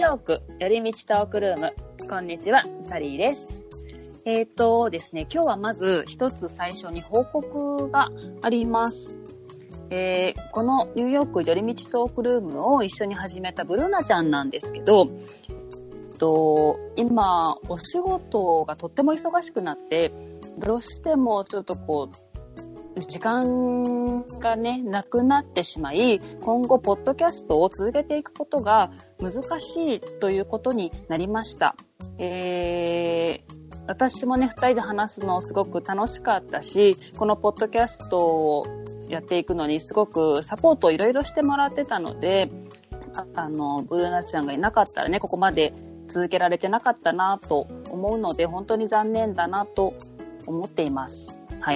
ヨーク寄り道トークルーム。こんにちは、サリーです。ですね、今日はまず一つ最初に報告があります。このニューヨーク寄り道トークルームを一緒に始めたブルーナちゃんなんですけど、今お仕事がとっても忙しくなって、どうしてもちょっと時間がね、なくなってしまい、今後ポッドキャストを続けていくことが難しいということになりました。私もね、二人で話すのすごく楽しかったし、このポッドキャストをやっていくのにすごくサポートをいろいろしてもらってたので、ブルーナちゃんがいなかったらね、ここまで続けられてなかったなと思うので、本当に残念だなと思っています。はい。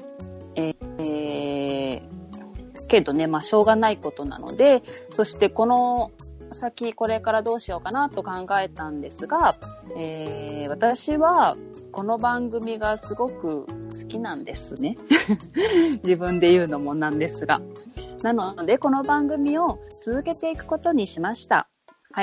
けどね、しょうがないことなので、そしてこの先これからどうしようかなと考えたんですが、私はこの番組がすごく好きなんですね。自分で言うのもなんですが。なので、この番組を続けていくことにしました。はい。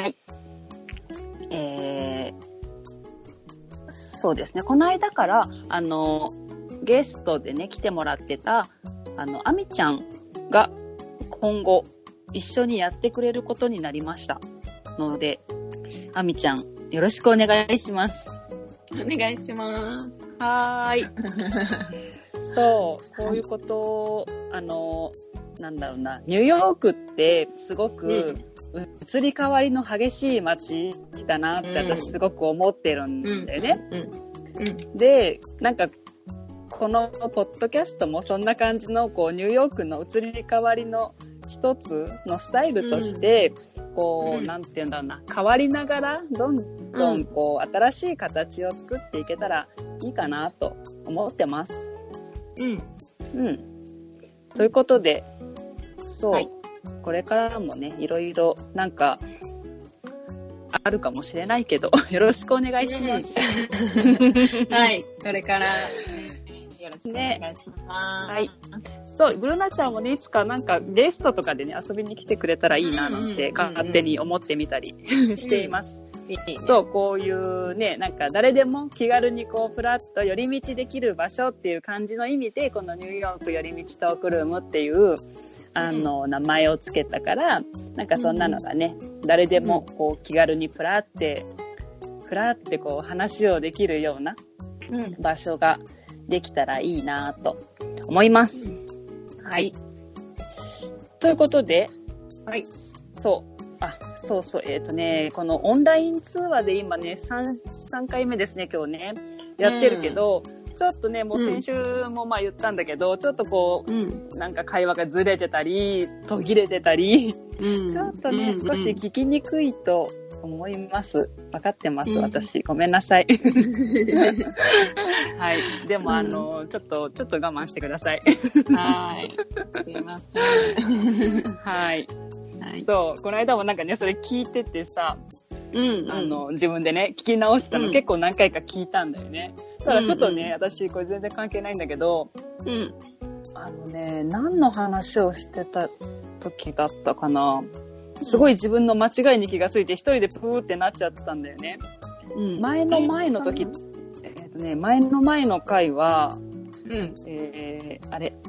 そうですね。この間から、ゲストでね、来てもらってた、アミちゃんが今後一緒にやってくれることになりましたので、アミちゃん、よろしくお願いします。 お願いします。 はーい。そう、こういうことを、なんだろうな、ニューヨークってすごく移り変わりの激しい街だなって私すごく思ってるんだよね。で、なんか、このポッドキャストもそんな感じのニューヨークの移り変わりの一つのスタイルとして、なんていうんだろうな、変わりながらどんどん新しい形を作っていけたらいいかなと思ってます。ということで、そう、はい、これからもね、いろいろなんかあるかもしれないけど、よろしくお願いします。 はい、これから。よろしくお願いします。 はい。そう、ブルーナちゃんもね、いつかなんかゲストとかでね、遊びに来てくれたらいいななんて勝手に思ってみたりしています。そう、こういうね、なんか誰でも気軽にフラッと寄り道できる場所っていう感じの意味で、このニューヨーク寄り道トークルームっていう名前をつけたから、なんかそんなのがね、誰でも気軽にフラって話をできるような場所ができたらいいなと思います。はい。ということで、はい。そう。このオンライン通話で今ね、3回目ですね、今日ね、やってるけど、ちょっとね、もう先週も言ったんだけど、ちょっとなんか会話がずれてたり、途切れてたり、ちょっとね、少し聞きにくいと思います。分かってます、私。ごめんなさい。はい。でも、ちょっと我慢してください。 はい。すいません。 はい。そう、この間もなんかね、それ聞いててさ、自分でね、聞き直したの結構何回か聞いたんだよね。ただ、ふとね、私、これ全然関係ないんだけど、何の話をしてた時だったかな。すごい自分の間違いに気がついて一人でプーってなっちゃったんだよね。前の前の時、前の前の回は、あれ、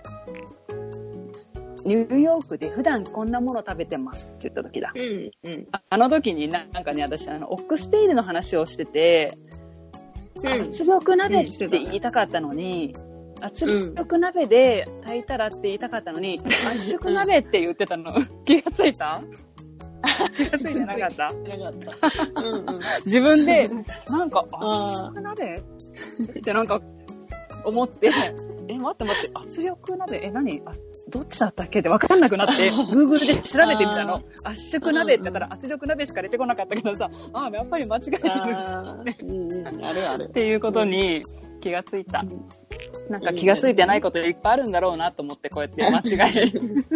ニューヨークで普段こんなもの食べてますって言った時だ。あの時になんかね、私オックステールの話をしてて、圧力鍋って言いたかったのに、圧力鍋で炊いたらって言いたかったのに、圧縮鍋って言ってたの。気がついた？気がついてなかった？自分で、なんか、圧縮鍋ってなんか思って、待って、圧力鍋、何？どっちだったっけって分かんなくなって、Google で調べてみたの。圧縮鍋って言ったら圧力鍋しか出てこなかったけどさ、やっぱり間違えてる。 ある。 っていうことに気がついた。なんか気がついてないこといっぱいあるんだろうなと思って、こうやって間違え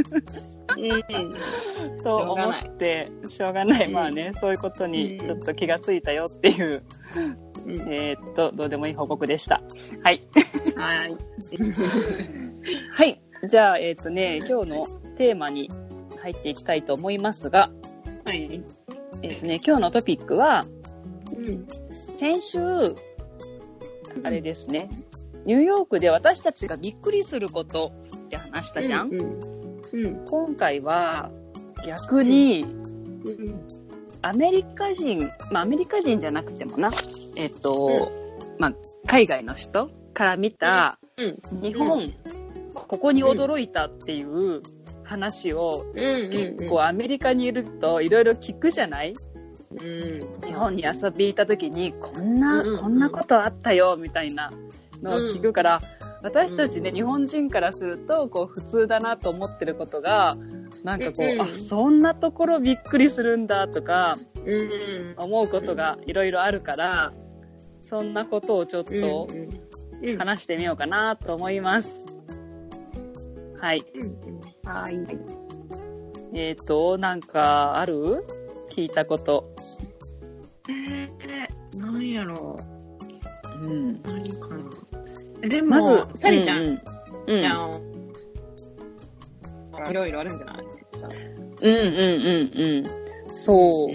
と思って、しょうがない。まあね、そういうことにちょっと気がついたよっていう、どうでもいい報告でした。はい。 はい。 はい。じゃあ、今日のテーマに入っていきたいと思いますが、 はい。 今日のトピックは、 うん。 先週、あれですね、ニューヨークで私たちがびっくりすることって話したじゃん。今回は逆に、アメリカ人、アメリカ人じゃなくてもな、海外の人から見た、日本、ここに驚いたっていう話を、結構アメリカにいるといろいろ聞くじゃない？日本に遊びに行った時にこんなことあったよみたいなのを聞くから、私たちね、日本人からするとこう普通だなと思ってることがなんかこう、あ、そんなところびっくりするんだとか、思うことがいろいろあるから、そんなことをちょっと話してみようかなと思います。はい。 はい。 なんかある？聞いたこと。 なんやろう。何かな。でも、 まず、 サリちゃん、じゃん。いろいろあるんじゃない？ そう。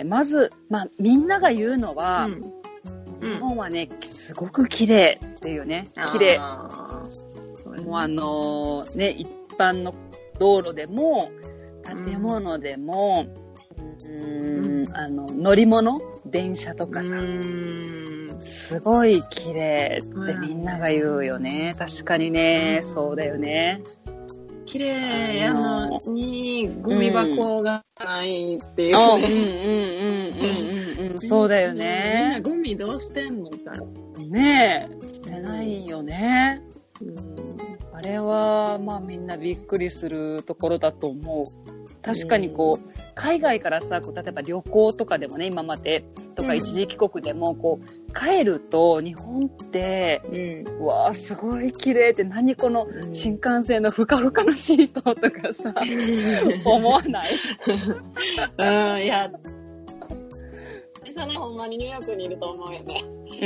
まず、みんなが言うのは、日本はね、すごく綺麗っていうね。綺麗。もう一般の道路でも、建物でも、乗り物？電車とかさ。すごい綺麗ってみんなが言うよね。確かにね、そうだよね。 綺麗やのに、ゴミ箱がないっていうね。 そうだよね。 みんなゴミどうしてんのみたいな。 ねえ、してないよね。あれは、みんなびっくりするところだと思う。確かにこう、海外からさ、例えば旅行とかでもね、今まで、とか一時帰国でも、こう、帰ると、日本って、うわー、すごい綺麗って、何この新幹線のふかふかのシートとかさ、思わない？ いや、私はね、ほんまにニューヨークにいると思うよね。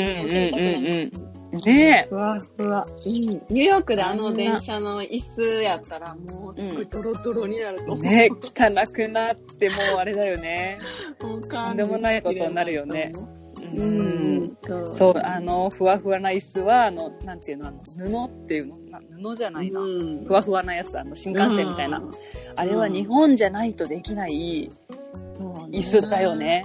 ねえ。 ふわふわ。ニューヨークで電車の椅子やったらもうすごいドロドロになると思う。 ね、汚くなってもうあれだよね。とんでもないことになるよね。そう、ふわふわな椅子は、なんていうの、布っていうの、布じゃないな。ふわふわなやつ、新幹線みたいな。あれは日本じゃないとできない椅子だよね。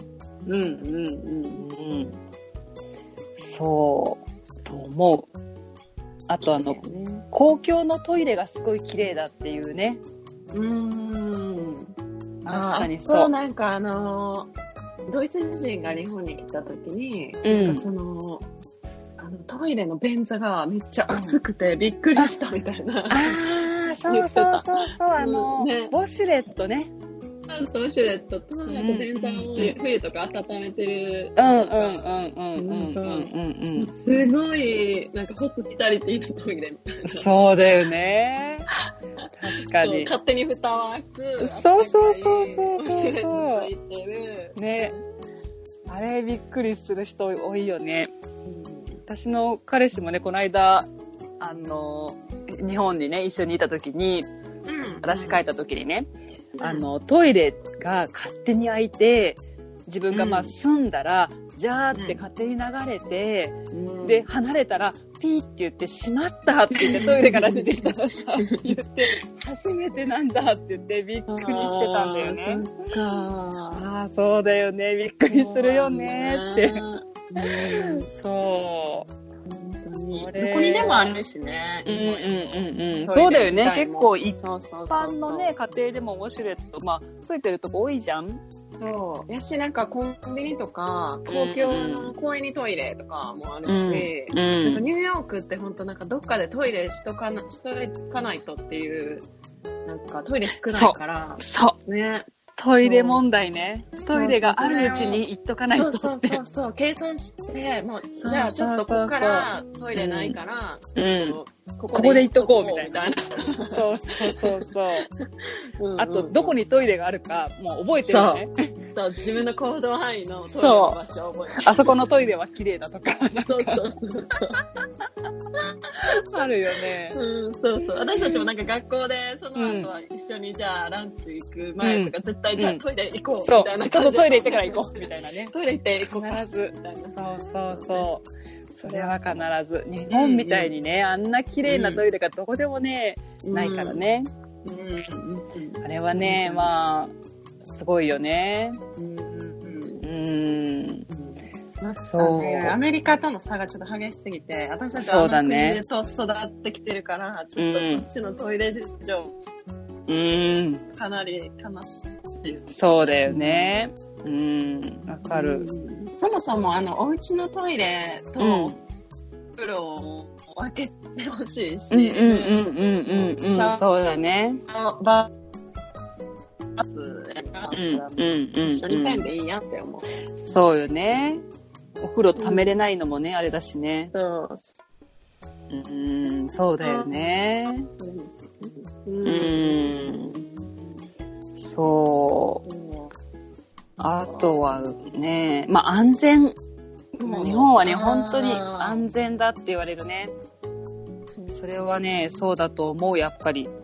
そう。と思う。あと公共のトイレがすごい綺麗だっていうね。確かにそう。 なんかドイツ人が日本に来た時に、なんかトイレの便座がめっちゃ熱くてびっくりしたみたいな。 そう、ウォシュレットね。 ウォシュレットと、便座を冬とか温めてる。すごい、なんかホスピタリティのトイレみたいな。 そうだよね。確かに。 勝手に蓋は開く。 そう。 ウォシュレットついてる。 ね。あれびっくりする人多いよね。私の彼氏もね、この間、日本にね、一緒にいた時に、私帰った時にね、トイレが勝手に開いて、自分が住んだら、ジャーって勝手に流れて、で、離れたら、ピーって言って、しまったって言って、トイレから出てきたらさ、言って、初めてなんだって言って、びっくりしてたんだよね。そうだよね、びっくりするよねって。そう。 どこにでもあるしね。 そうだよね。結構一般のね、家庭でもウォシュレット、ついてるとこ多いじゃん。 そう。やし、なんかコンビニとか、公共の公園にトイレとかもあるし、なんかニューヨークって本当なんかどっかでトイレしとかないとっていう、なんかトイレ少ないから。 そう。 ね。 トイレ問題ね。トイレがあるうちに行っとかないとって。 そう。計算して、もう、じゃあちょっとここからトイレないから、 ここで行っとこうみたいな。そう。あと、どこにトイレがあるか、もう覚えてるよね。 そう、自分の行動範囲のトイレの場所を覚えて。 あそこのトイレは綺麗だとか。 そうそうそう。 あるよね。 そうそう。私たちもなんか学校で、その後は一緒にじゃあランチ行く前とか絶対じゃあトイレ行こうみたいな感じで。 ちょっとトイレ行ってから行こうみたいなね。 トイレ行って行こう。 必ず。そう。それは必ず。日本みたいにね、あんな綺麗なトイレがどこでもね、ないからね。あれはね、まあ、すごいよね。 そう。アメリカとの差がちょっと激しすぎて、私たちは国で育ってきてるから、ちょっとこっちのトイレ事情、かなり悲しい。 そうだよね。わかる。 そもそもお家のトイレとお風呂を分けてほしいし、 そうだね。 バス一緒にせんでいいやって思う。 そうよね。お風呂溜めれないのもね、あれだしね。そうだよね。そう。あとはね、まあ安全。日本はね、本当に安全だって言われるね。それはね、そうだと思う、やっぱり。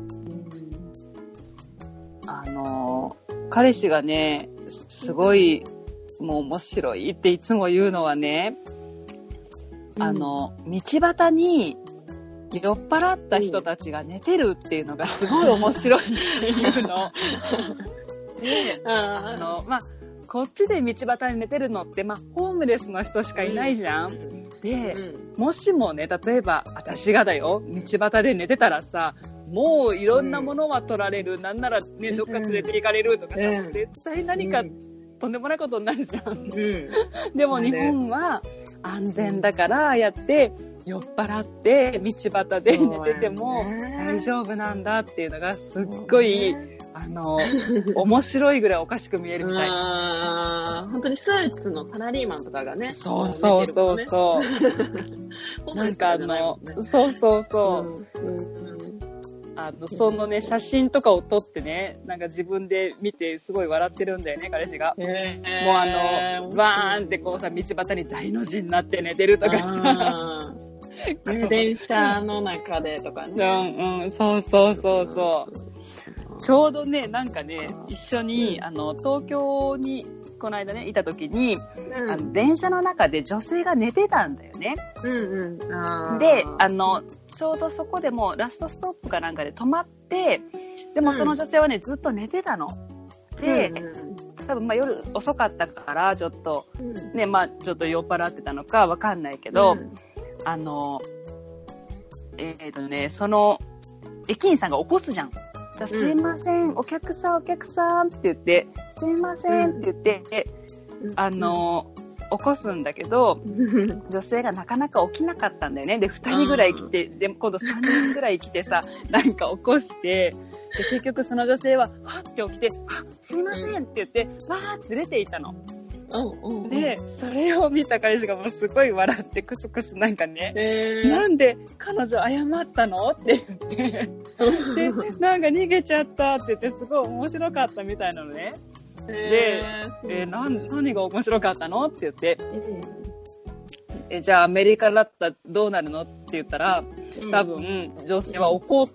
彼氏がね、すごい、もう面白いっていつも言うのはね、道端に酔っ払った人たちが寝てるっていうのがすごい面白いっていうの。で、まあ、こっちで道端に寝てるのって、まあ、ホームレスの人しかいないじゃん。で、もしもね、例えば、私がだよ、道端で寝てたらさ、もういろんなものは取られる、なんならね、どっか連れて行かれるとかさ、絶対何かとんでもないことになるじゃん。でも日本は安全だから、やって酔っ払って道端で寝てても大丈夫なんだっていうのがすっごい、面白いぐらいおかしく見えるみたいな。 本当にスーツのサラリーマンとかがね。 そう。なんかそう。そのね、写真とかを撮ってね、なんか自分で見てすごい笑ってるんだよね、彼氏が。もうバーンってこうさ、道端に大の字になって寝てるとかさ。 電車の中でとかね。 そう。ちょうどね、なんかね、一緒に、東京に、この間ね、いた時に、電車の中で女性が寝てたんだよね。で、ちょうどそこでもラストストップかなんかで止まって、でもその女性はね、ずっと寝てたの。で、多分まあ夜遅かったから、ちょっと、ね、まあちょっと酔っ払ってたのかわかんないけど、その、駅員さんが起こすじゃん。すいません、お客さんって言って、すいませんって言って、起こすんだけど、女性がなかなか起きなかったんだよね。で、2人ぐらい来て、で、今度3人ぐらい来てさ、なんか起こして、で、結局その女性は、はって起きて、すいませんって言って、わーって出ていたの。で、それを見た彼氏がもうすごい笑ってクスクスなんかね、なんで彼女謝ったのって言って、で、なんか逃げちゃったって言ってすごい面白かったみたいなのね。で、何が面白かったのって言って、じゃあアメリカだったらどうなるのって言ったら、多分女性は怒って、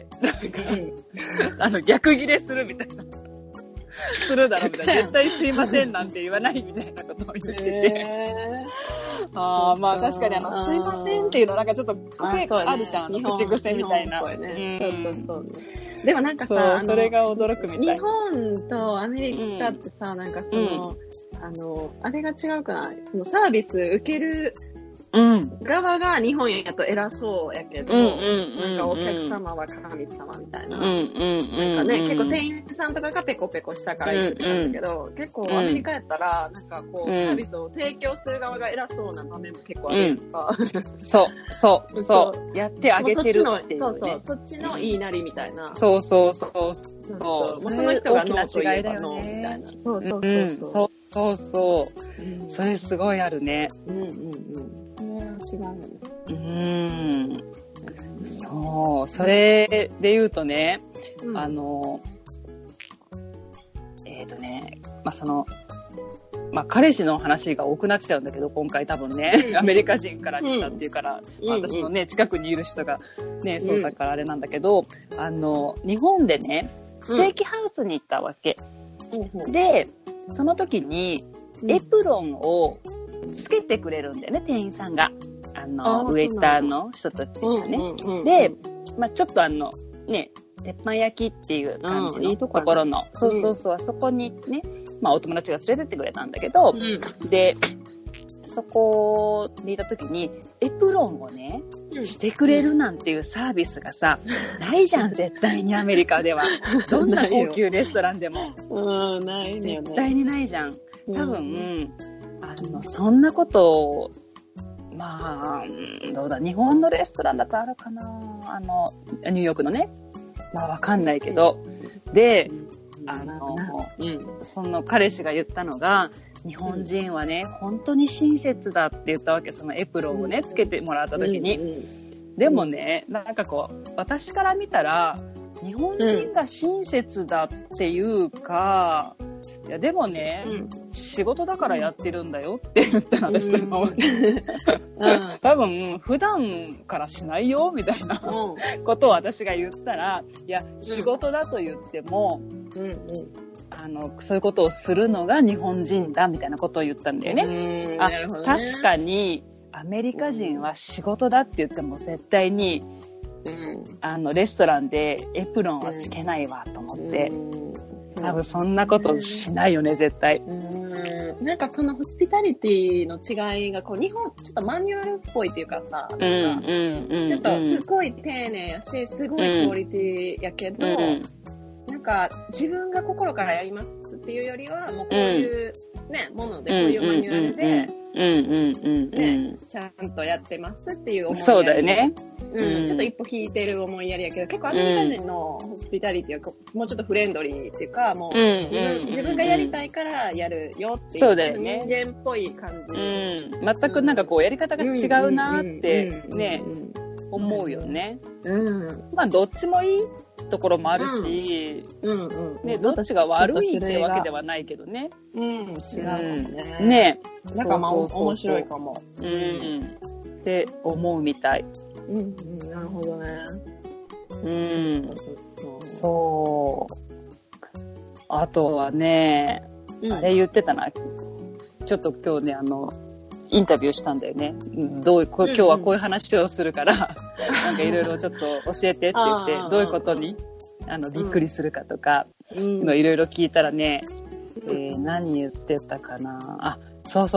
なんか、逆ギレするみたいな。するだろうみたいな。絶対すいませんなんて言わないみたいなことを言ってて。まあ確かにすいませんっていうのなんかちょっと癖あるじゃん。口癖みたいな。 そうでもなんかさ、 それが驚くみたい。 日本とアメリカってさ、なんかその、あれが違うかな。そのサービス受ける側が日本やと偉そうやけど、なんかお客様は神様みたいな。なんかね、結構店員さんとかがペコペコしたから言ってたんだけど、結構アメリカやったら、なんかこう、サービスを提供する側が偉そうな場面も結構あるやんか。 そう。やってあげてるっていう、ね。 そう。そっちの言いなりみたいな。 そう。もうその人がノーと言えばノーみたいな。そう。 それすごいあるね。 違うよね。 そう。それで言うとね、 彼氏の話が多くなっちゃうんだけど、今回多分ね、アメリカ人から見たっていうから、私のね、近くにいる人がね、そうだからあれなんだけど、日本でね、ステーキハウスに行ったわけ。で、その時に、エプロンをつけてくれるんだよね、店員さんが。ウエイターの人たちがね。で、ちょっとね、鉄板焼きっていう感じのところの、あそこにね、お友達が連れてってくれたんだけど、で、そこにいた時に、エプロンをね、してくれるなんていうサービスがさ、ないじゃん、絶対にアメリカでは。どんな高級レストランでも。 ないよね。 絶対にないじゃん。多分、そんなことを、どうだ、日本のレストランだとあるかな、ニューヨークのね。わかんないけど。で、その彼氏が言ったのが、日本人はね、本当に親切だって言ったわけ。そのエプロンをね、つけてもらった時に。でもね、なんかこう、私から見たら、日本人が親切だっていうか、いやでもね、仕事だからやってるんだよって言ったの、私と思う。多分、普段からしないよ、みたいなことを私が言ったら、いや、仕事だと言っても、そういうことをするのが日本人だ、みたいなことを言ったんだよね。確かに、アメリカ人は仕事だって言っても絶対に、レストランでエプロンはつけないわ、と思って。多分そんなことしないよね、絶対。 なんかそのホスピタリティの違いが、こう、日本、ちょっとマニュアルっぽいっていうかさ、ちょっとすごい丁寧やし、すごいクオリティやけど、なんか自分が心からやりますっていうよりは、もうこういうね、もので、こういうマニュアルで、ちゃんとやってますっていう思いやり。 そうだよね。 ちょっと一歩引いてる思いやりやけど、結構アメリカ人のホスピタリティはもうちょっとフレンドリーっていうか、もう自分がやりたいからやるよっていう、 そうだよね、 人間っぽい感じ。 全くなんかこうやり方が違うなってね、思うよね。どっちもいいところもあるし、ね、どっちが悪いってわけではないけどね。 違うかもね。 ね、 なんか面白いかも。 って思うみたい。 なるほどね。 そう。あとはね、あれ言ってたな。ちょっと今日ね、インタビューしたんだよね。今日はこういう話をするから、なんかいろいろちょっと教えてって言って、どういうことに、びっくりするかとか、いろいろ聞いたらね、何言ってたかな。そう。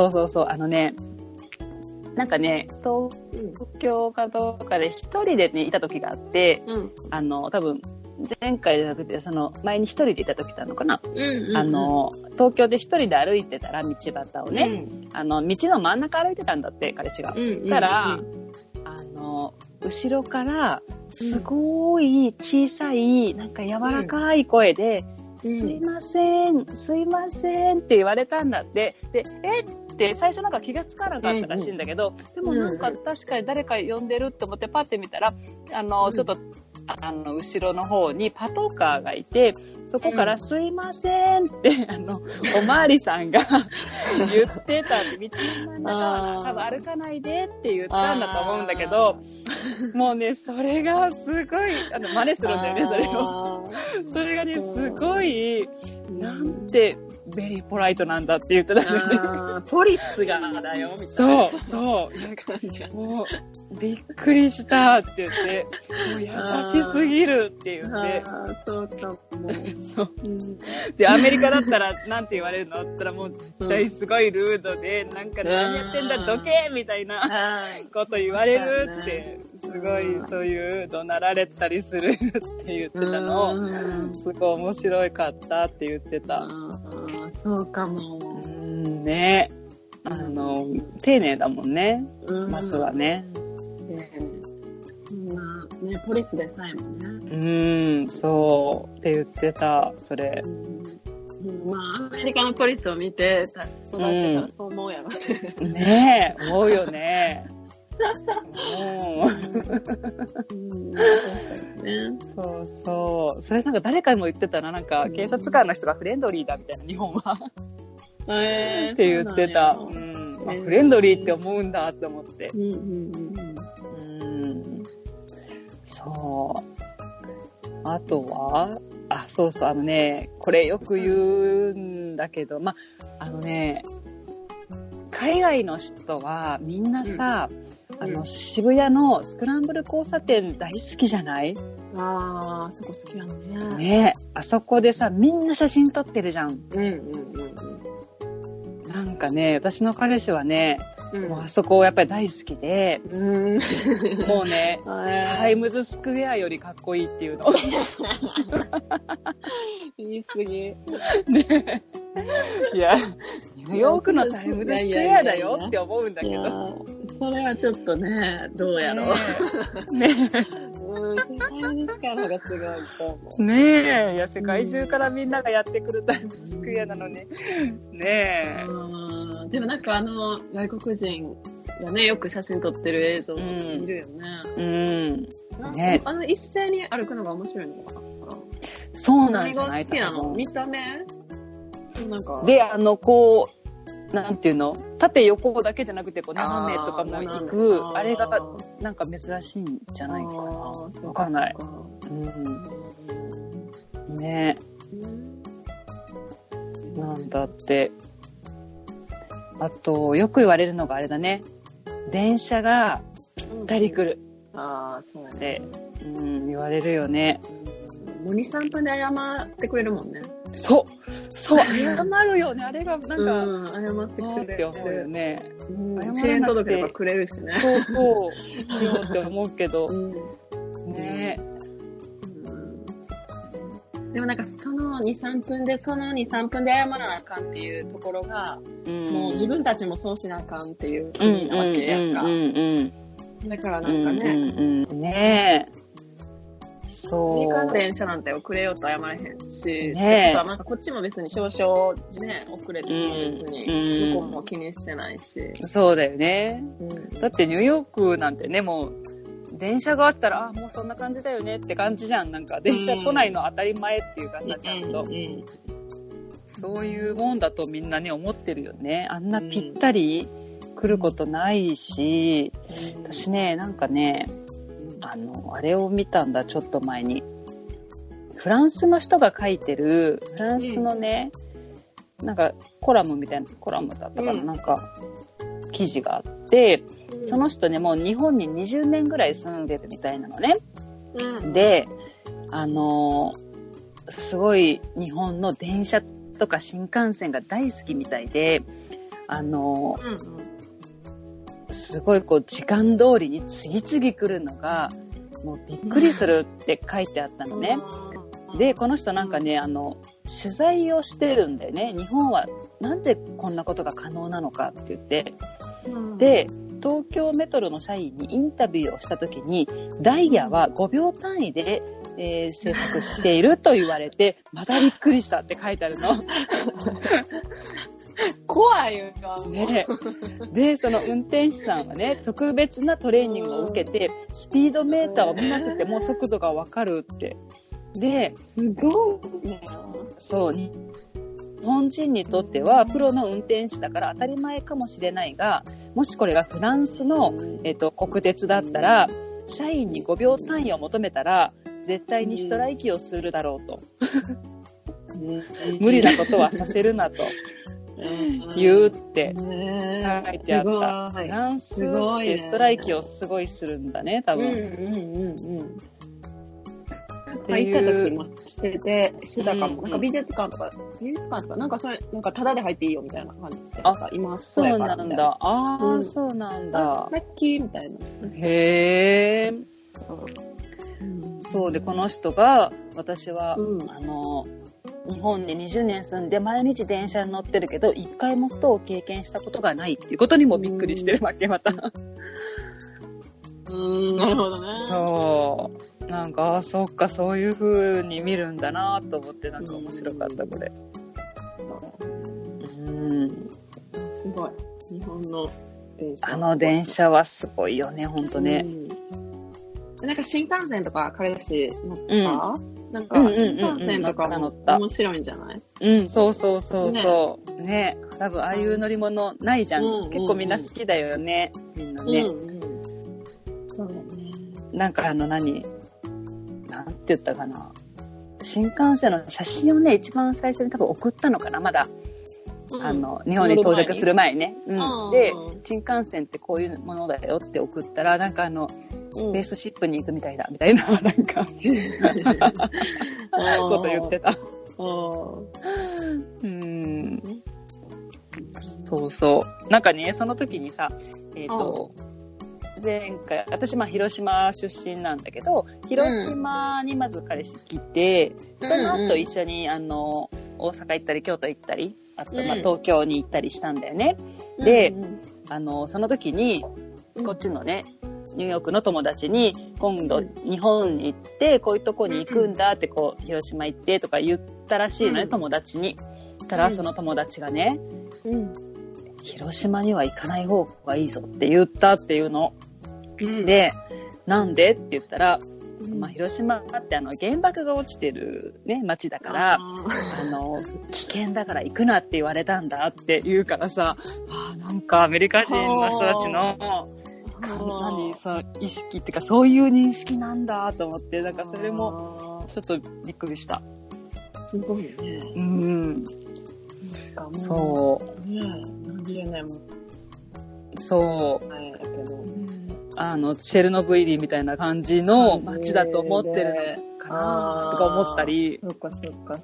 なんかね、東京かどうかで一人でね、いた時があって、多分、前回じゃなくて、前に一人でいた時なのかな。東京で一人で歩いてたら、道端をね、道の真ん中歩いてたんだって、彼氏が。たら、後ろから、すごい小さい、なんか柔らかい声で、すいませんって言われたんだって。で、って最初なんか気がつかなかったらしいんだけど、でもなんか確かに誰か呼んでるって思ってパッて見たら、ちょっと、後ろの方にパトカーがいて、そこからすいませんって、おまわりさんが言ってたんで、道の真ん中は多分歩かないでって言ったんだと思うんだけど、もうね、それがすごい、真似するんだよね、それを。それがね、すごい、なんて、ベリーポライトなんだって言ってたんだよね。 ポリスがだよ、みたいな。 そう。なんか、もう、びっくりしたって言って、もう優しすぎるって言って。 そうかも。 そう。で、アメリカだったら、なんて言われるのって言ったら、もう絶対すごいルードで、なんか何やってんだ、どけみたいなこと言われるって、すごいそういう怒鳴られたりするって言ってたのを、すごい面白かったって言ってた。 そうかも。 ね。丁寧だもんね。マスはね。 ね、ポリスでさえもね。 そうって言ってた、それ。 アメリカのポリスを見て育ってたらそう思うやろね。 ねえ、思うよね。 そうそう。それなんか誰かにも言ってたな。なんか警察官の人がフレンドリーだみたいな、日本は。って言ってた。フレンドリーって思うんだって思って。そう。あとは、そうそう、これよく言うんだけど、海外の人はみんなさ、渋谷のスクランブル交差点大好きじゃない？ あそこ好きなのね。 ね、あそこでさ、みんな写真撮ってるじゃん。なんかね、私の彼氏はね、もうあそこやっぱり大好きで、もうね、タイムズスクエアよりかっこいいっていうの。 言い過ぎ。 ね、いや、ニューヨークのタイムズスクエアだよって思うんだけど。 それはちょっとね、どうやろう。ね。世界ですからがすごいと思う。 ねえ、いや、世界中からみんながやってくるタイムズスクエアなのに。ねえ。 でもなんか外国人がね、よく写真撮ってる映像見るよね。ね、一斉に歩くのが面白いのかな。 そうなんじゃない？ 何が好きなの？見た目？なんか。 で、こう、なんていうの？縦横だけじゃなくて、こう、斜めとかも行く、あれが、なんか珍しいんじゃないかな。わかんない。ね。なんだって。あと、よく言われるのがあれだね。電車がぴったり来る。 そうね。 言われるよね。 もう2、3分で謝ってくれるもんね。 そう、謝るよね。あれがなんか、 謝ってくれるって思うよね。支援届ければくれるしね。 そうそう。よって思うけど。ね。 でもなんかその2、3分で謝らなあかんっていうところが、もう自分たちもそうしなあかんっていう国なわけやんか。だからなんかね。 ねえ。そう。 民間電車なんて遅れようと謝れへんし、ね、なんかこっちも別に少々ね、遅れても別に向こうも気にしてないし。 そうだよね。だってニューヨークなんてね、もう、電車があったら、もうそんな感じだよねって感じじゃん。なんか、電車来ないの当たり前っていうかさ、ちゃんと。そういうもんだとみんなね、思ってるよね。あんなぴったり来ることないし、私ね、なんかね、あれを見たんだ、ちょっと前に。フランスの人が書いてる、フランスのね、なんかコラムみたいな、コラムだったかな、なんか、記事があって、その人ね、もう日本に20年ぐらい住んでるみたいなのね。で、すごい日本の電車とか新幹線が大好きみたいで、すごいこう時間通りに次々来るのが、もうびっくりするって書いてあったのね。で、この人なんかね、取材をしてるんだよね。日本はなんでこんなことが可能なのかって言って。で、東京メトロの社員にインタビューをしたときに、ダイヤは5秒単位で、制作していると言われて、またびっくりしたって書いてあるの。 怖いよね。で、その運転手さんはね、特別なトレーニングを受けて、スピードメーターを見なくても速度がわかるって。で、 すごいね。 そう、日本人にとってはプロの運転手だから当たり前かもしれないが、もしこれがフランスの、国鉄だったら、社員に5秒単位を求めたら、絶対にストライキをするだろうと。無理なことはさせるなと。言うって書いてあった。フランスってストライキをすごいするんだね、多分。 行った時もしてたかも。なんか美術館とか、なんかそれ、なんかタダで入っていいよみたいな感じで。 そうなんだ。そうなんだ。 ラッキーみたいな。 へー。そうで、この人が、私は、日本に20年住んで毎日電車に乗ってるけど、一回もストを経験したことがないっていうことにもびっくりしてるわけ、また。 なるほどね。 そう。なんか、そっか、そういう風に見るんだなと思って、なんか面白かった、これ。 すごい。日本の車。 あの電車はすごいよね、ほんとね。 なんか新幹線とか彼氏乗った、なんか新幹線とかも面白いんじゃない？ そうそうそうそう。ね、多分ああいう乗り物ないじゃん。結構みんな好きだよね。みんなね。 そうだね。 なんかなんて言ったかな。新幹線の写真をね、一番最初に多分送ったのかな、まだ。日本に到着する前ね。で、新幹線ってこういうものだよって送ったら、なんかスペースシップに行くみたいだ、みたいな、なんか、こと言ってた。そうそう。なんかね、その時にさ、前回、私広島出身なんだけど、広島にまず彼氏来て、その後一緒に大阪行ったり、京都行ったり、あと東京に行ったりしたんだよね。で、その時に、こっちのね、ニューヨークの友達に、今度日本に行って、こういうとこに行くんだって、こう、広島行ってとか言ったらしいのね、友達に。たら、その友達がね、広島には行かない方がいいぞって言ったっていうの。で、なんでって言ったら、広島って原爆が落ちてるね、街だから、危険だから行くなって言われたんだって言うからさ、なんかアメリカ人の人たちの、その意識っていうかそういう認識なんだと思って、なんかそれもちょっとびっくりした。 すごいね。 そう。 何十年も。 そう。チェルノブイリみたいな感じの街だと思ってるのかなとか思ったり。 そっか。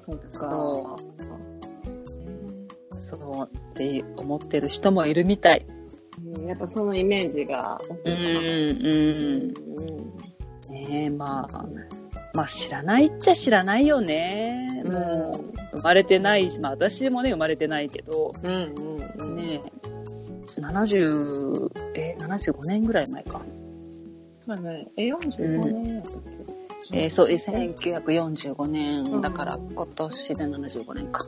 そうって思ってる人もいるみたい。 やっぱそのイメージが大きいかな。 ねえ、まあ知らないっちゃ知らないよね。もう生まれてないし、私もね生まれてないけど、ねえ、75年ぐらい前か。 そうだね。45年やったっけ？そう、1945年だから今年で75年か。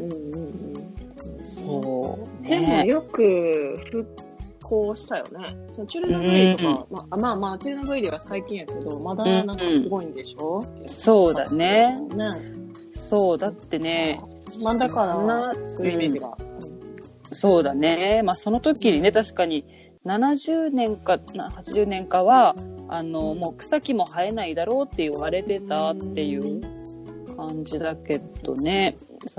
そう。 でもよく復興したよね。チェルノブイリとか、チェルノブイリは最近やけど、まだなんかすごいんでしょ？ そうだね。そう、だってね。 だからそういうイメージが。 そうだね。その時にね、確かに70年か80年かは、もう草木も生えないだろうって言われてたっていう感じだけどね。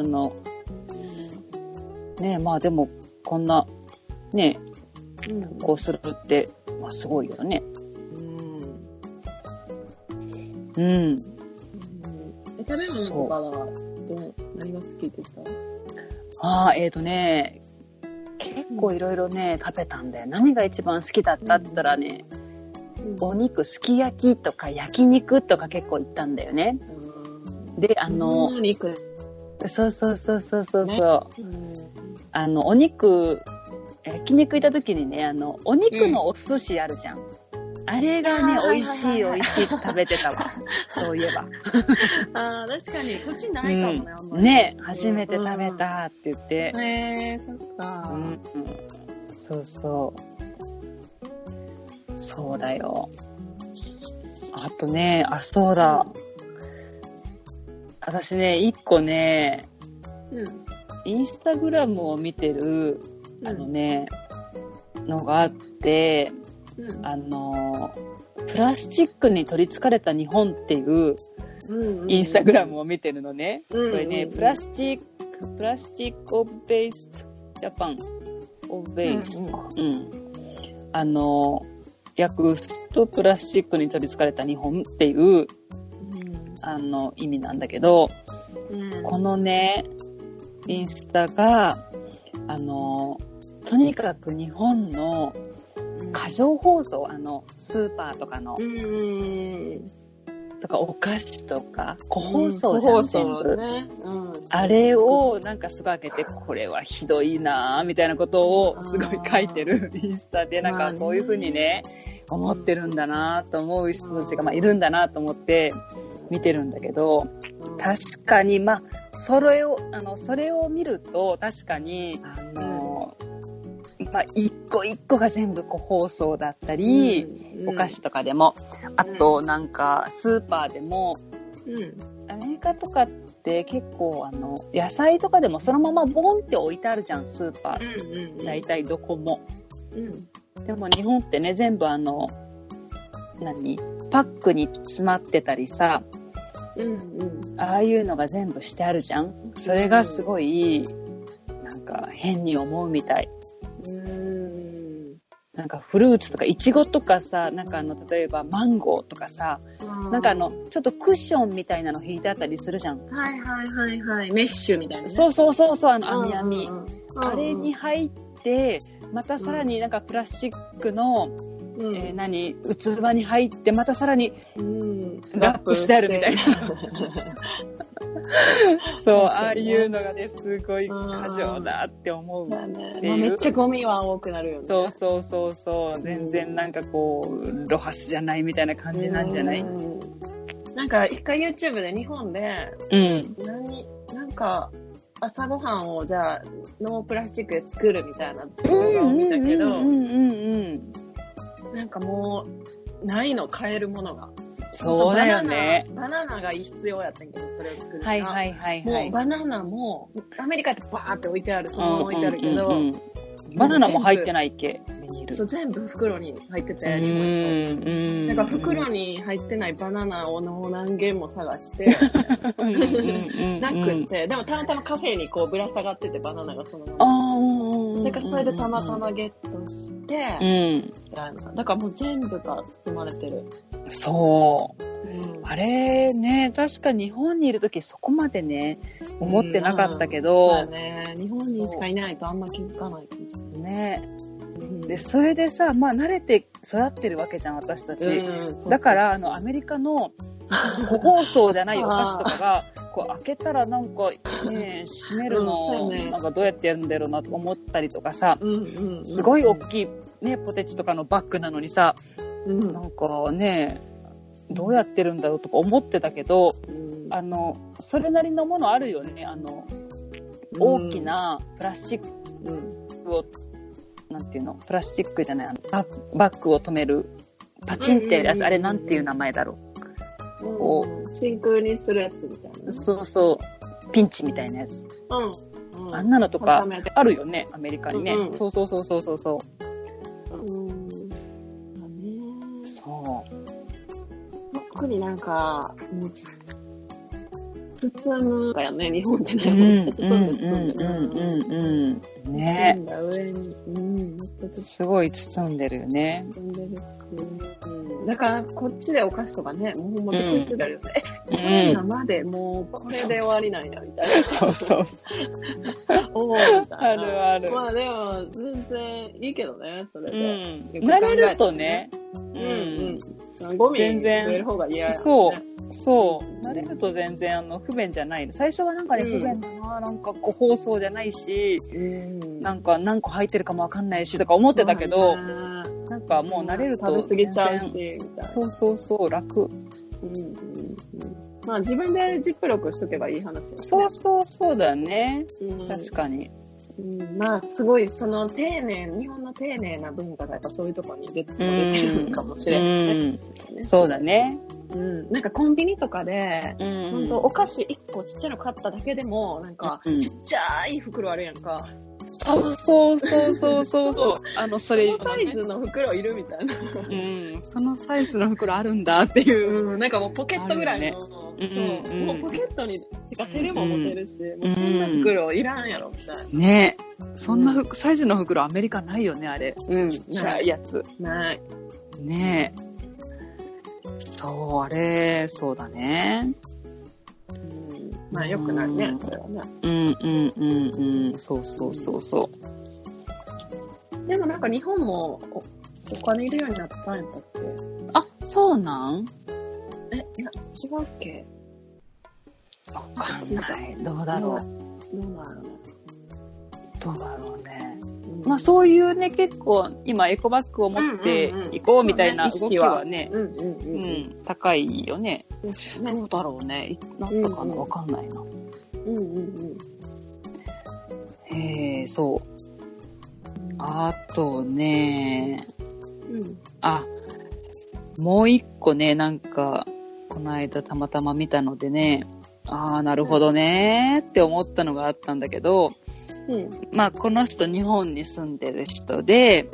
ね、でも、こんな、ね、こうするって、すごいよね。 食べ物とかは、何が好きって言った？ 結構いろいろね、食べたんだよ。何が一番好きだったって言ったらね、お肉、すき焼きとか焼肉とか結構行ったんだよね。で、 お肉。 そう。お肉、焼肉行った時にね、お肉のお寿司あるじゃん。あれがね、美味しいって食べてたわ。そういえば。 確かに、こっちないかもね、あんまり。 ね、初めて食べたって言って。 そっか。 そう。そうだよ。あとね、そうだ。私ね、一個ね、インスタグラムを見てる、のがあってで、プラスチックに取り憑かれた日本っていうインスタグラムを見てるのね。これね、プラスチックオブベーストジャパンオブベースト。訳すとプラスチックに取り憑かれた日本っていう、意味なんだけど、このね、インスタが、とにかく日本の過剰包装、スーパーとかの、とかお菓子とか、個包装じゃん、全部。あれをなんかすごい開けて、これはひどいなぁ、みたいなことをすごい書いてるインスタで、なんかこういう風にね、思ってるんだなぁと思う人たちがいるんだなと思って見てるんだけど、確かに、それを見ると、確かに、 まあ、一個一個が全部個包装だったり、お菓子とかでも、あとなんかスーパーでも、アメリカとかって結構野菜とかでもそのままボンって置いてあるじゃん、スーパー。だいたいどこも。でも日本ってね、全部パックに詰まってたりさ、ああいうのが全部してあるじゃん。それがすごいなんか変に思うみたい。なんかフルーツとかイチゴとかさ、なんか例えばマンゴーとかさ、なんかちょっとクッションみたいなの引いてあったりするじゃん。 はいはいはいはい。メッシュみたいな、ね。 そう、網。あれに入って、またさらになんかプラスチックの、器に入って、またさらに、ラップしてあるみたいな。そう、ああいうのがね、すごい過剰だって思う。 めっちゃゴミは多くなるよね。 そう。全然なんかこう、ロハスじゃないみたいな感じなんじゃない？ なんか一回 YouTube で日本で、なんか朝ごはんをじゃあノープラスチックで作るみたいな動画を見たけど、なんかもうないの、買えるものが。 そうだよね。 バナナが必要やったんけど、それを作るから。はい。 もうバナナも、アメリカってバーって置いてある、そのまま置いてあるけど、 バナナも入ってないっけ？ そう、全部袋に入ってて、なんか袋に入ってないバナナを何軒も探して、なくて、でもたまたまカフェにこうぶら下がってて、バナナがそのまま。だからそれでたまたまゲットして、だからもう全部が包まれてる。 そう。あれね、確か日本にいるときそこまでね、思ってなかったけど、 日本にしかいないとあんま気づかないかもしれない。 ね。で、それでさ、まあ慣れて育ってるわけじゃん、私たち。だから、アメリカの個包装じゃないお菓子とかが、こう開けたらなんかね、閉めるの、なんかどうやってやるんだろうなとか思ったりとかさ、すごい大きいね、ポテチとかのバッグなのにさ、なんかね、どうやってるんだろうとか思ってたけど、それなりのものあるよね。大きなプラスチックを、なんていうの、プラスチックじゃない、バッグを止める、パチンってやつ、あれなんていう名前だろう。 こう真空にするやつみたいな。 そう、ピンチみたいなやつ。あんなのとかあるよね、アメリカにね。そう。そう。 特になんか、包むかよね、日本ってね。 ね。上に、すごい包んでるよね。 だからこっちでお菓子とかね、もうほんまびっくりするよね。生でもうこれで終わりなんやみたいな。 そう。 おーみたいな。ある。 まあでも全然いいけどね、それで。 慣れるとね。 ゴミ増える方が嫌や。 そう。慣れると全然不便じゃない。最初はなんかね、不便だな、なんか個包装じゃないし、なんか何個入ってるかもわかんないしとか思ってたけど、なんかもう慣れると食べ過ぎちゃうし、みたいな。 そう、楽。 まあ自分でジップロックしとけばいい話ですね。そうだね。確かに。 まあすごいその日本の丁寧な文化がやっぱそういうところに出てるかもしれないね。 そうだね。 なんかコンビニとかで、本当お菓子1個ちっちゃいの買っただけでもなんかちっちゃい袋あるやんか。 そう。それ、 サイズの袋いるみたいな。 そのサイズの袋あるんだっていう。 なんかもうポケットぐらいの。そう。もうポケットに、手でも持てるし、もうそんな袋いらんやろ、みたいな。 ねそんなサイズの袋アメリカないよね、あれ。ちっちゃいやつ。 ない。 ねそう、あれ、そうだね。 まあよくないね、それはね。 そう。 でもなんか日本もお金いるようになったんやったっけ？ あ、そうなん？ いや、違うっけ？ わかんない。どうだろうね。まあそういうね、結構今エコバッグを持っていこうみたいな意識はね、高いよね。どうだろうね。いつなったかなわかんないな。そう。 あとね、もう一個ね、なんか、この間たまたま見たのでね、なるほどねって思ったのがあったんだけど、まあ、この人日本に住んでる人で、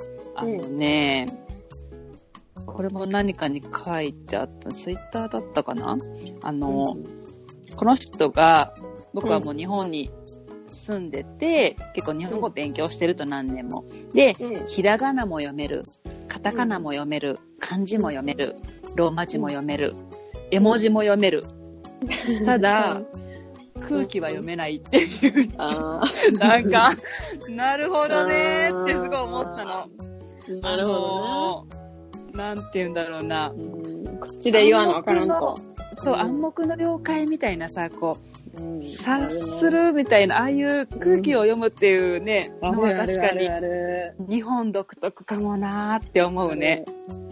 これも何かに書いてあった、ツイッターだったかな？この人が、僕はもう日本に住んでて、結構日本語を勉強してると何年も。で、ひらがなも読める、カタカナも読める、漢字も読める、ローマ字も読める、絵文字も読める。ただ、空気は読めないっていう。なんか、なるほどねってすごい思ったの。 なるほどね。 なんて言うんだろうな。 こっちで言わなわからんと。 そう、暗黙の了解みたいなさ、こう、察するみたいな、ああいう空気を読むっていうね、のは確かに、日本独特かもなーって思うね。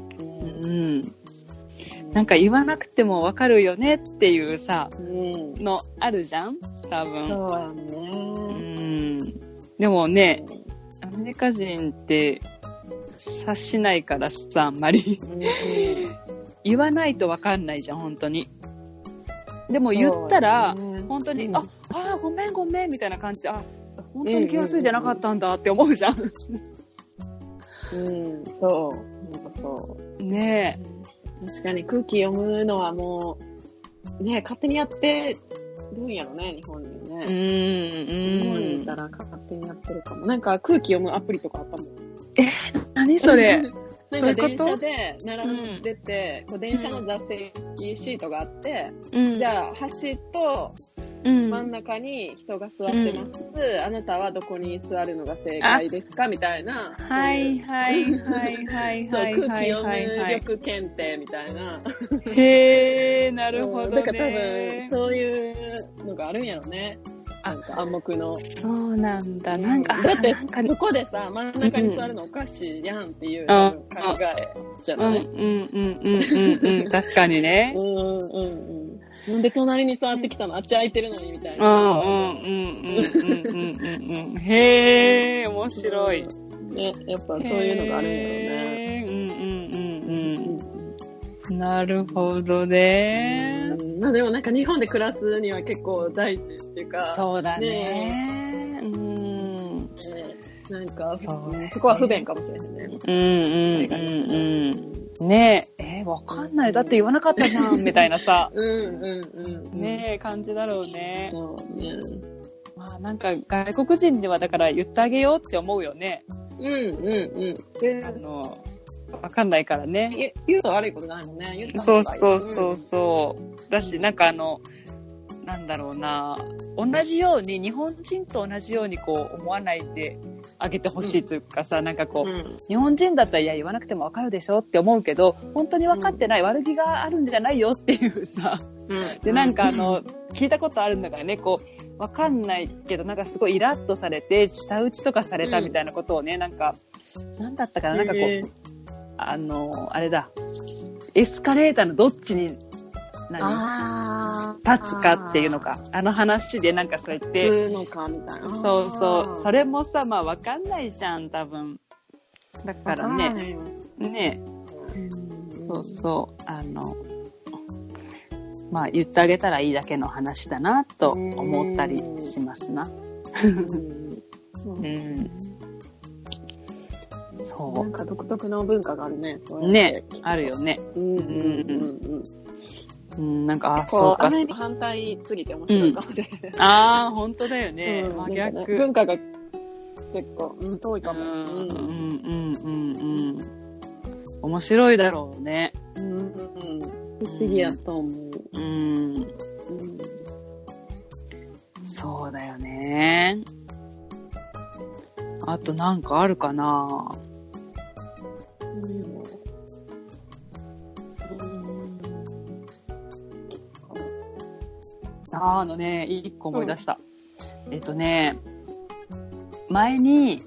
なんか言わなくてもわかるよねっていうさ、のあるじゃん多分。 そうやね。 でもね、アメリカ人って察しないからさ、あんまり。言わないとわかんないじゃん、本当に。でも言ったら、本当に、ごめんごめんみたいな感じで、本当に気がついてなかったんだって思うじゃん。 そう。なんかそう。 ねえ。確かに空気読むのはもう、ね、勝手にやってるんやろね、日本にね。日本にいたら勝手にやってるかも。なんか空気読むアプリとかあったもん。 何それなんか電車で並んでて、こう電車の座席シートがあって、じゃあ端と真ん中に人が座ってます。あなたはどこに座るのが正解ですかみたいな。 はいはいはいはいはい。 空気読む力検定みたいな。 へー、なるほどね。 だから多分そういうのがあるんやろね。なんか暗黙の。 そうなんだ。なんか、 だってそこでさ、真ん中に座るのおかしいやんっていう考えじゃない？ 確かにね。 なんで隣に座ってきたの？あっち空いてるのにみたいな。 へー、面白い。 ね、やっぱそういうのがあるんやろね。 なるほどね。 まあでもなんか日本で暮らすには結構大事っていうか。 そうだね。 なんかそこは不便かもしれないね。 ねえ、わかんない。だって言わなかったじゃんみたいなさ。ねえ、感じだろうね。 そうね。 まあなんか外国人にはだから言ってあげようって思うよね。わかんないからね。 言うと悪いことないもんね。 そう。だし、なんかなんだろうな、同じように、日本人と同じようにこう思わないであげてほしいというかさ、なんかこう、日本人だったらいや言わなくてもわかるでしょって思うけど、本当に分かってない、悪気があるんじゃないよっていうさ、で、なんか聞いたことあるんだからね、こう、わかんないけど、なんかすごいイラッとされて、舌打ちとかされたみたいなことをね、なんか、なんだったかな、なんかこう、あれだ、エスカレーターのどっちに、立つかっていうのか、話でなんかそうやって。 立つのかみたいな。 そう。それもさ、まあわかんないじゃん、多分。だからね。ね。そう。まあ言ってあげたらいいだけの話だな、と思ったりしますな。そう。 なんか独特の文化があるね。 ね、あるよね。なんか、そうか。 反対すぎて面白いかもしれない。 本当だよね。真逆。 文化が結構、遠いかも。 面白いだろうね。 不思議やと思う。 そうだよね。あとなんかあるかな？一個思い出した。前に、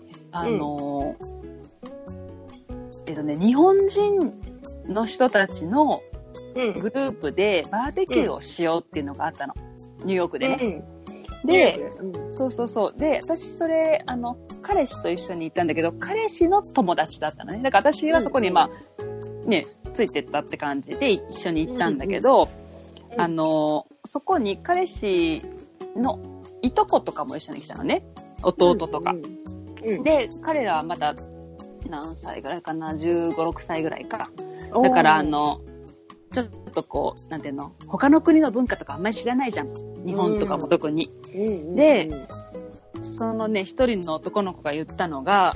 日本人の人たちのグループでバーベキューをしようっていうのがあったの。ニューヨークでね。で、そう。で、私それ、家彼氏と一緒に行ったんだけど、彼氏の友達だったのね。だから私はそこにね、ついてったって感じで一緒に行ったんだけど、そこに彼氏のいとことかも一緒に来たのね。弟とか。で、彼らはまだ何歳ぐらいかな、15、6歳ぐらいか。だからちょっとこう、なんていうの、他の国の文化とかあんまり知らないじゃん。日本とかも特に。で、そのね、一人の男の子が言ったのが、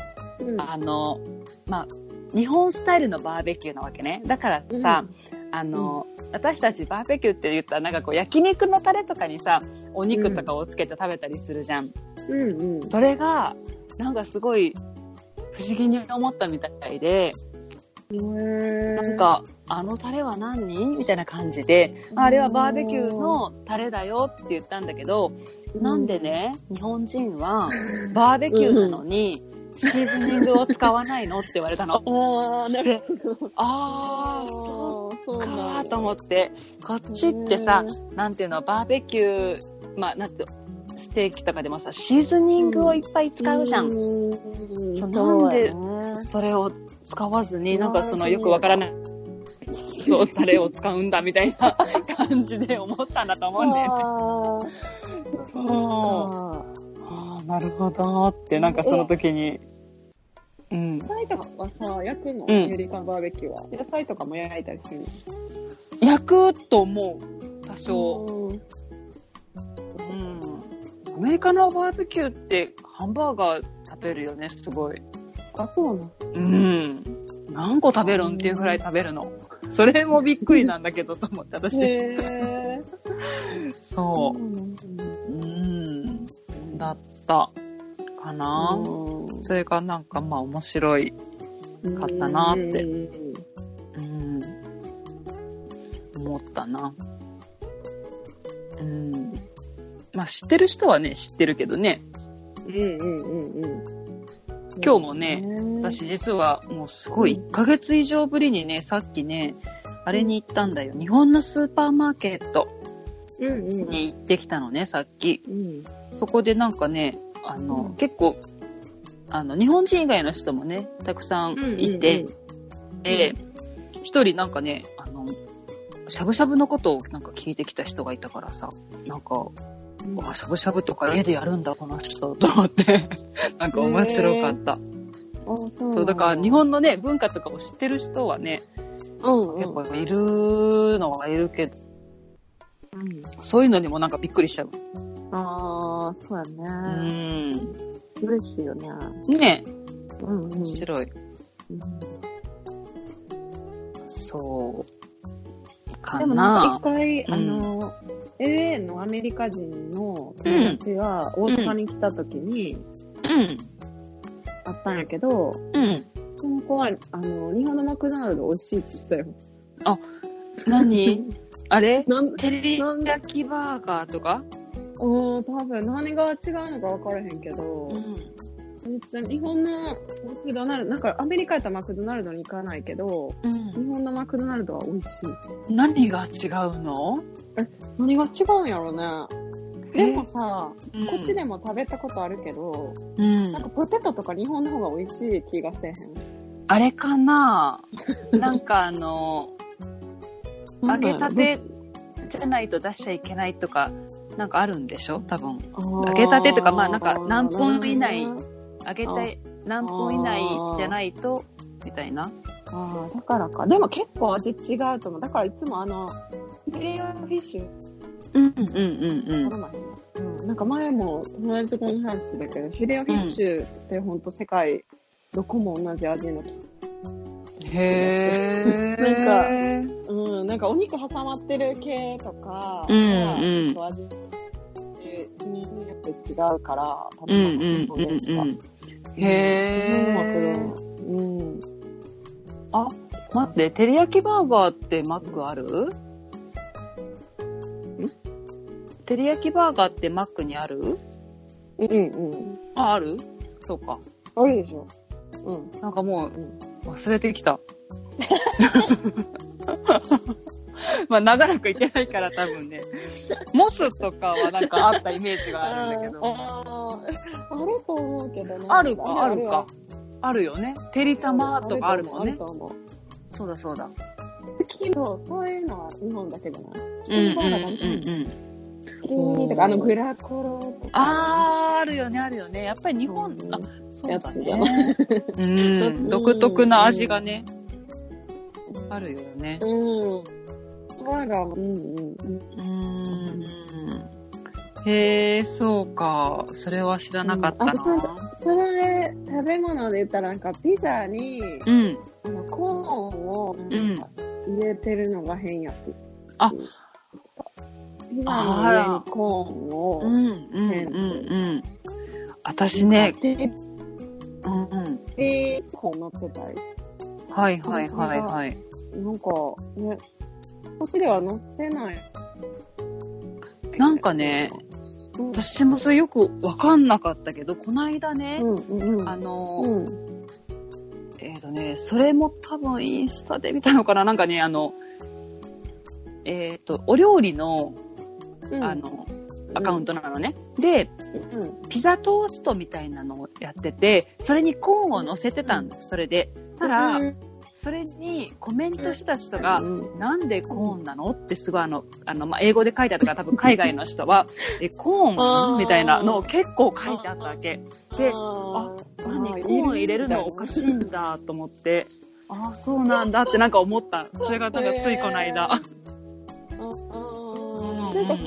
日本スタイルのバーベキューなわけね。だからさ、私たちバーベキューって言ったらなんかこう焼肉のタレとかにさ、お肉とかをつけて食べたりするじゃん。それが、なんかすごい不思議に思ったみたいで、なんか、あのタレは何みたいな感じで、あれはバーベキューのタレだよって言ったんだけど、なんでね、日本人はバーベキューなのにシーズニングを使わないのって言われたの。そうかーと思って、こっちってさ、なんていうの、バーベキュー、なんてステーキとかでもさ、シーズニングをいっぱい使うじゃん。なんでそれを使わずに、なんかそのよくわからない、タレを使うんだみたいな感じで思ったんだと思うんだよね。なるほどって、なんかその時に。 野菜とかはさ、焼くの？アメリカのバーベキューは。野菜とかも焼いたりするの？ 焼くと思う。多少。アメリカのバーベキューってハンバーガー食べるよね、すごい。 あ、そうなの？何個食べるんっていうくらい食べるの。それもびっくりなんだけどと思って、私。そう。だったかな。それがなんか面白いかったなって、思ったな。知ってる人はね、知ってるけどね。今日もね、私実はもうすごい1ヶ月以上ぶりにね、さっきね、あれに行ったんだよ。日本のスーパーマーケットに行ってきたのね、さっき。そこでなんかね、結構、日本人以外の人もね、たくさんいて、で、一人なんかね、しゃぶしゃぶのことをなんか聞いてきた人がいたからさ、なんか、しゃぶしゃぶとか家でやるんだ、この人、と思って、なんか面白かった。そう、だから日本のね、文化とかを知ってる人はね、結構いるのはいるけど、そういうのにもなんかびっくりしちゃう。 そうやね。嬉しいよね。 ね。面白い。そうかな。でもなんか一回、LA のアメリカ人の友達が大阪に来た時に、あったんやけど、その子は、日本のマクドナルド美味しいって言ってたよ。 あ、何あれテリヤキバーガーとか？ 多分何が違うのか分からへんけど、めっちゃ日本のマクドナルド、なんかアメリカやったらマクドナルドに行かないけど、日本のマクドナルドは美味しい。 何が違うの？ 何が違うんやろね。でもさ、こっちでも食べたことあるけど、なんかポテトとか日本の方が美味しい気がせえへん。 あれかななんか揚げたてじゃないと出しちゃいけないとか、なんかあるんでしょ多分。揚げたてとか、なんか何分以内、揚げて何分以内じゃないと、みたいな。 だからか。でも結構味違うと思う。だからいつもフィレオフィッシュ。なんか前も友達とこの話だけど、フィレオフィッシュってほんと世界どこも同じ味の。 へー。なんかお肉挟まってる系とか、味によって違うから、多分どうですか。 へー。あ、待って、テリヤキバーガーってマックある？テリヤキバーガーってマックにある？ある？そうか。 あるでしょ。 なんかもう、忘れてきた。長らく行ってないから多分ね。モスとかはなんかあったイメージがあるんだけど。 あると思うけどね。 あるか。あるよね。てりたまとかあるもんね。そうだそうだ。 そういうのは日本だけじゃない？ とかグラコロとか。 あるよね。やっぱり日本、そうだね。独特な味がね、あるよね。へえ、そうか。それは知らなかったな。 それ食べ物で言ったらなんかピザに、コーンを入れてるのが変やって。ピザの上にコーンを私ね、 こう乗ってたり。 はい。 なんかね、こっちでは乗せない。 なんかね、私もそれよくわかんなかったけど、この間ね、それも多分インスタで見たのかな、なんかね、お料理の、アカウントなのね。で、ピザトーストみたいなのをやってて、それにコーンを乗せてたんだ、それで。ただ、それにコメントした人が、なんでコーンなのってすごい英語で書いてあったから多分海外の人は、コーンみたいなのを結構書いてあったわけ。で、コーン入れるのおかしいんだと思って、そうなんだってなんか思った。それがなんかついこの間。 なんか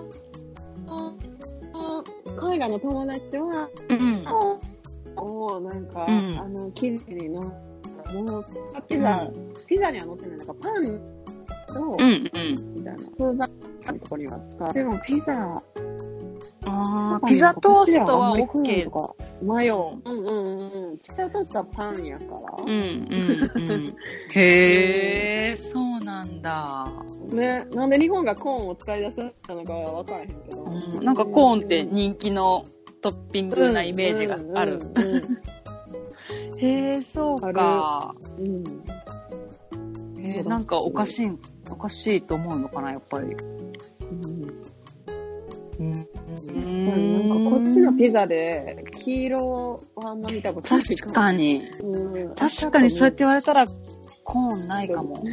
海外の友達は、なんか、生地にの、もうピザには乗せない、なんかパンと、みたいな、通常のところには使う。でもピザトーストは OK とか、マヨ。ピザトーストはパンやから。 へー、そうなんだ。 ね、なんで日本がコーンを使い出したのかは分からへんけど。 なんかコーンって人気のトッピングなイメージがある。へー、そうか。なんかおかしいと思うのかな、やっぱり。 なんかこっちのピザで黄色はあんま見たことない。 確かにそうやって言われたらコーンないかも。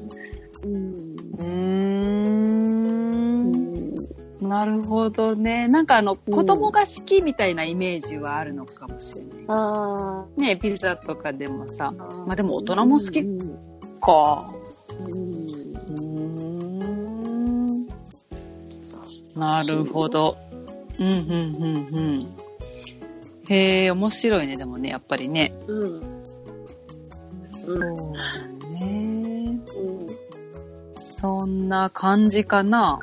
なるほどね。なんか子供が好きみたいなイメージはあるのかもしれない。ね、ピザとかでもさ。でも大人も好きか。なるほど。へえ、面白いね、でもね、やっぱりね。そうね。そんな感じかな。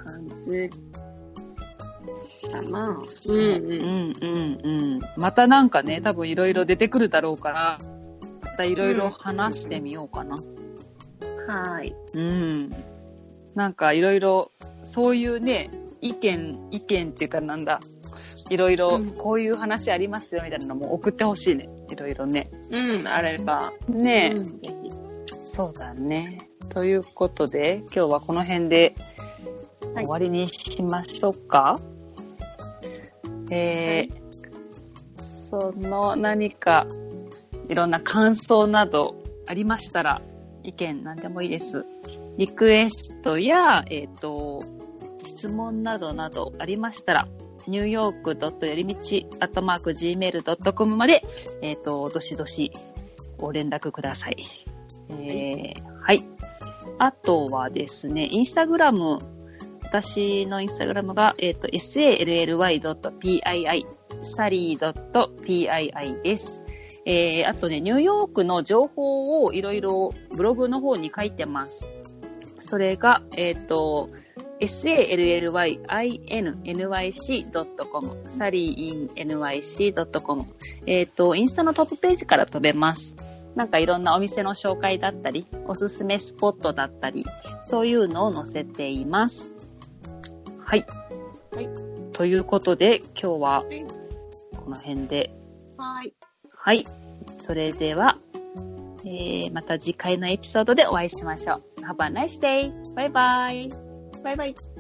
またなんかね、多分いろいろ出てくるだろうから、またいろいろ話してみようかな。 はい。 なんかいろいろ、そういうね、意見っていうかなんだ、いろいろこういう話ありますよみたいなのも送ってほしいね。いろいろね。 あれば。 ねえ。そうだね。ということで、今日はこの辺で終わりにしましょうか。何かいろんな感想などありましたら、意見何でもいいです。リクエストや、質問などありましたら、newyork.yorimich@gmail.com まで、どしどしご連絡ください。はい。あとはですね、インスタグラム、私のインスタグラムが、sally.pii、sally.pii です。あとね、ニューヨークの情報をいろいろブログの方に書いてます。それが、sally.innyc.com、sallyinnyc.com。インスタのトップページから飛べます。なんかいろんなお店の紹介だったり、おすすめスポットだったり、そういうのを載せています。はい。ということで、今日はこの辺で。はい。それでは、また次回のエピソードでお会いしましょう。Have a nice day! バイバイ。 バイバイ。